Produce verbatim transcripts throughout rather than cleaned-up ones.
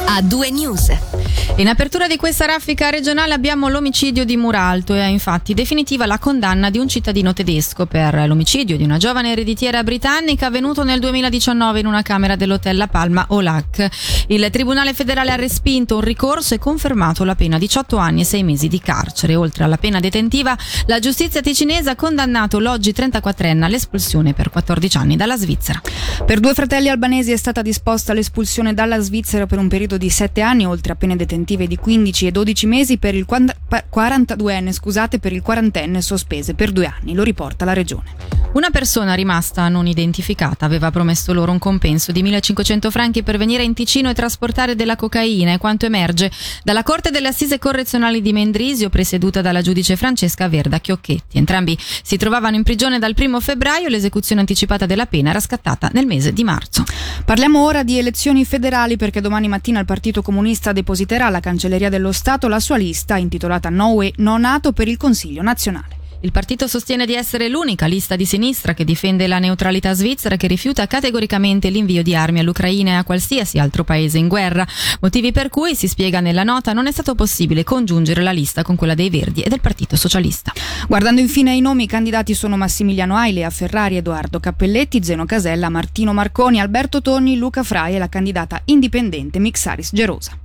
A due News. In apertura di questa raffica regionale abbiamo l'omicidio di Muralto e è infatti definitiva la condanna di un cittadino tedesco per l'omicidio di una giovane ereditiera britannica avvenuto nel duemiladiciannove in una camera dell'hotel La Palma Olac. Il Tribunale federale ha respinto un ricorso e confermato la pena diciotto anni e sei mesi di carcere. Oltre alla pena detentiva, la giustizia ticinese ha condannato l'oggi trentaquattrenne all'espulsione per quattordici anni dalla Svizzera. Per due fratelli albanesi è stata disposta l'espulsione dalla Svizzera per un periodo di sette anni, oltre a pene detentive di quindici e dodici mesi per il quarantaduenne, scusate, per il quarantenne sospese per due anni, lo riporta la regione. Una persona rimasta non identificata aveva promesso loro un compenso di millecinquecento franchi per venire in Ticino e trasportare della cocaina, e quanto emerge dalla Corte delle Assise Correzionali di Mendrisio, presieduta dalla giudice Francesca Verda Chiocchetti. Entrambi si trovavano in prigione dal primo febbraio, l'esecuzione anticipata della pena era scattata nel mese di marzo. Parliamo ora di elezioni federali, perché domani mattina il Partito Comunista depositerà alla Cancelleria dello Stato la sua lista intitolata No U E No NATO per il Consiglio nazionale. Il partito sostiene di essere l'unica lista di sinistra che difende la neutralità svizzera, che rifiuta categoricamente l'invio di armi all'Ucraina e a qualsiasi altro paese in guerra, motivi per cui, si spiega nella nota, non è stato possibile congiungere la lista con quella dei Verdi e del Partito Socialista. Guardando infine i nomi, i candidati sono Massimiliano Aile, Ferrari, Edoardo Cappelletti, Zeno Casella, Martino Marconi, Alberto Togni, Luca Frai e la candidata indipendente Mixaris Gerosa.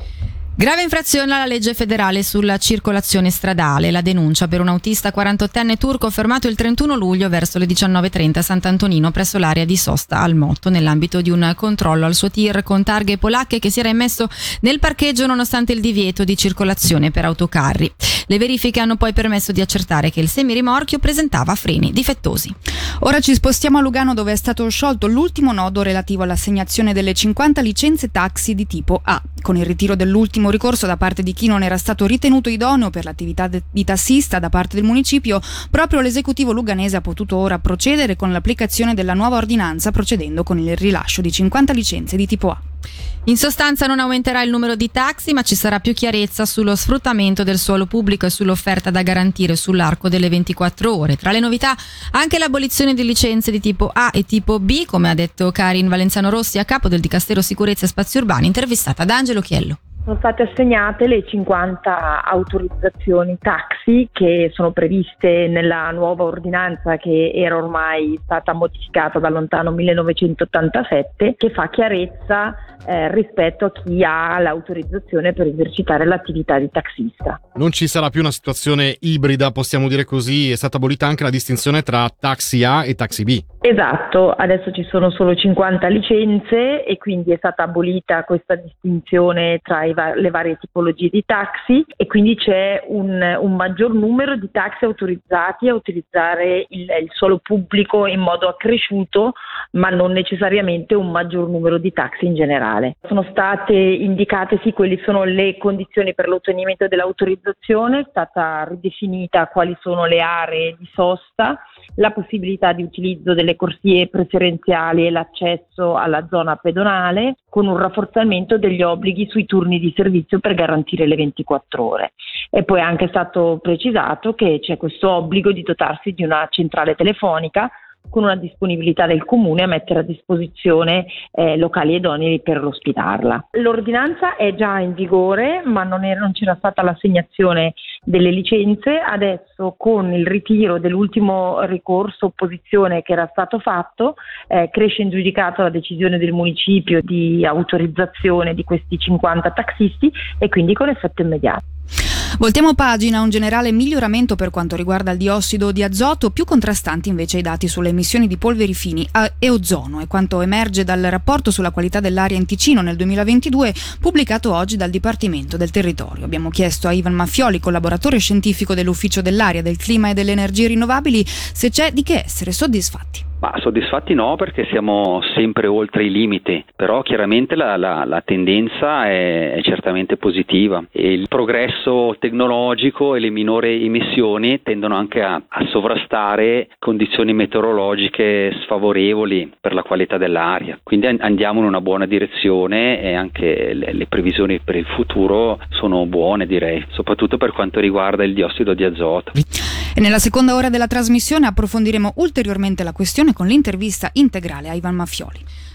Grave infrazione alla legge federale sulla circolazione stradale. La denuncia per un autista quarantottenne turco fermato il trentuno luglio verso le diciannove e trenta a Sant'Antonino presso l'area di sosta al Motto, nell'ambito di un controllo al suo tir con targhe polacche che si era immesso nel parcheggio nonostante il divieto di circolazione per autocarri. Le verifiche hanno poi permesso di accertare che il semirimorchio presentava freni difettosi. Ora ci spostiamo a Lugano, dove è stato sciolto l'ultimo nodo relativo all'assegnazione delle cinquanta licenze taxi di tipo A. Con il ritiro dell'ultimo ricorso da parte di chi non era stato ritenuto idoneo per l'attività de- di tassista da parte del municipio, proprio l'esecutivo luganese ha potuto ora procedere con l'applicazione della nuova ordinanza, procedendo con il rilascio di cinquanta licenze di tipo A. In sostanza non aumenterà il numero di taxi, ma ci sarà più chiarezza sullo sfruttamento del suolo pubblico e sull'offerta da garantire sull'arco delle ventiquattro ore. Tra le novità anche l'abolizione di licenze di tipo A e tipo B, come ha detto Karin Valenzano Rossi, a capo del Dicastero Sicurezza e Spazi Urbani, intervistata da Angelo Chiello. Sono state assegnate le cinquanta autorizzazioni taxi che sono previste nella nuova ordinanza, che era ormai stata modificata dal lontano millenovecentottantasette, che fa chiarezza eh, rispetto a chi ha l'autorizzazione per esercitare l'attività di taxista. Non ci sarà più una situazione ibrida, possiamo dire così, è stata abolita anche la distinzione tra taxi A e taxi B. Esatto, adesso ci sono solo cinquanta licenze e quindi è stata abolita questa distinzione tra i va- le varie tipologie di taxi, e quindi c'è un, un maggior numero di taxi autorizzati a utilizzare il, il suolo pubblico in modo accresciuto, ma non necessariamente un maggior numero di taxi in generale. Sono state indicate sì quali sono le condizioni per l'ottenimento dell'autorizzazione, è stata ridefinita quali sono le aree di sosta, la possibilità di utilizzo delle corsie preferenziali e l'accesso alla zona pedonale, con un rafforzamento degli obblighi sui turni di servizio per garantire le ventiquattro ore. E poi è anche stato precisato che c'è questo obbligo di dotarsi di una centrale telefonica con una disponibilità del comune a mettere a disposizione eh, locali idonei per ospitarla. L'ordinanza è già in vigore, ma non, era, non c'era stata l'assegnazione delle licenze. Adesso, con il ritiro dell'ultimo ricorso opposizione che era stato fatto, eh, cresce in giudicato la decisione del municipio di autorizzazione di questi cinquanta taxisti, e quindi con effetto immediato. Voltiamo pagina. Un generale miglioramento per quanto riguarda il diossido di azoto, più contrastanti invece i dati sulle emissioni di polveri fini e ozono, e quanto emerge dal rapporto sulla qualità dell'aria in Ticino nel duemilaventidue, pubblicato oggi dal Dipartimento del Territorio. Abbiamo chiesto a Ivan Maffioli, collaboratore scientifico dell'Ufficio dell'Aria, del Clima e delle Energie Rinnovabili, se c'è di che essere soddisfatti. Ma soddisfatti no, perché siamo sempre oltre i limiti, però chiaramente la, la, la tendenza è, è certamente positiva, e il progresso tecnologico e le minori emissioni tendono anche a, a sovrastare condizioni meteorologiche sfavorevoli per la qualità dell'aria, quindi andiamo in una buona direzione, e anche le, le previsioni per il futuro sono buone, direi, soprattutto per quanto riguarda il diossido di azoto. E nella seconda ora della trasmissione approfondiremo ulteriormente la questione con l'intervista integrale a Ivan Maffioli.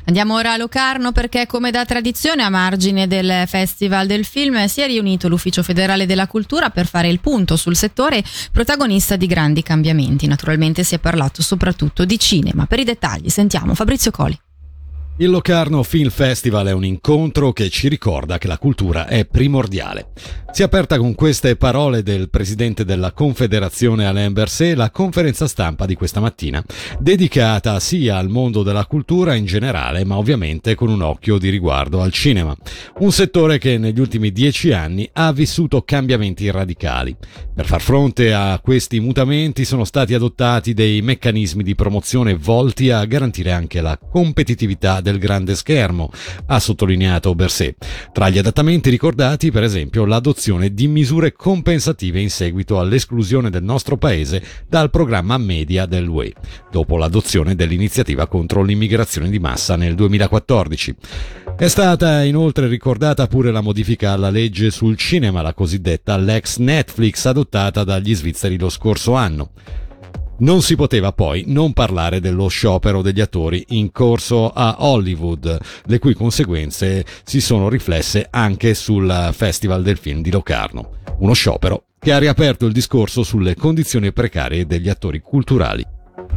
Andiamo ora a Locarno perché, come da tradizione, a margine del Festival del Film si è riunito l'Ufficio Federale della Cultura per fare il punto sul settore protagonista di grandi cambiamenti. Naturalmente si è parlato soprattutto di cinema. Per i dettagli sentiamo Fabrizio Coli. Il Locarno Film Festival è un incontro che ci ricorda che la cultura è primordiale. Si è aperta con queste parole del presidente della Confederazione Alain Berset la conferenza stampa di questa mattina, dedicata sia al mondo della cultura in generale, ma ovviamente con un occhio di riguardo al cinema. Un settore che negli ultimi dieci anni ha vissuto cambiamenti radicali. Per far fronte a questi mutamenti sono stati adottati dei meccanismi di promozione volti a garantire anche la competitività del grande schermo, ha sottolineato Berset. Tra gli adattamenti ricordati, per esempio, l'adozione di misure compensative in seguito all'esclusione del nostro paese dal programma media dell'U E, dopo l'adozione dell'iniziativa contro l'immigrazione di massa nel duemilaquattordici. È stata inoltre ricordata pure la modifica alla legge sul cinema, la cosiddetta Lex Netflix, adottata dagli svizzeri lo scorso anno. Non si poteva poi non parlare dello sciopero degli attori in corso a Hollywood, le cui conseguenze si sono riflesse anche sul Festival del Film di Locarno. Uno sciopero che ha riaperto il discorso sulle condizioni precarie degli attori culturali.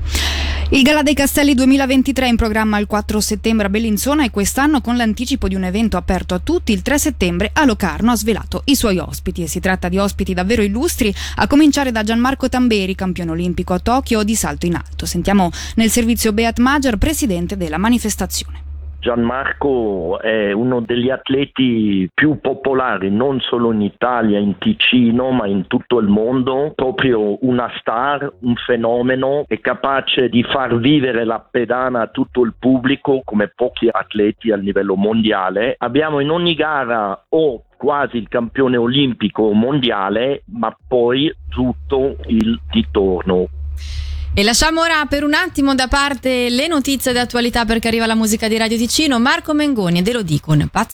Il Gala dei Castelli duemilaventitré è in programma il quattro settembre a Bellinzona e quest'anno, con l'anticipo di un evento aperto a tutti, il tre settembre a Locarno ha svelato i suoi ospiti, e si tratta di ospiti davvero illustri, a cominciare da Gianmarco Tamberi, campione olimpico a Tokyo di salto in alto. Sentiamo nel servizio Beat Magyar, presidente della manifestazione. Gianmarco è uno degli atleti più popolari non solo in Italia, in Ticino, ma in tutto il mondo, proprio una star, un fenomeno, è capace di far vivere la pedana a tutto il pubblico come pochi atleti a livello mondiale. Abbiamo in ogni gara o quasi il campione olimpico mondiale, ma poi tutto il ritorno. E lasciamo ora per un attimo da parte le notizie d'attualità perché arriva la musica di Radio Ticino. Marco Mengoni ed Elodie con Pazzo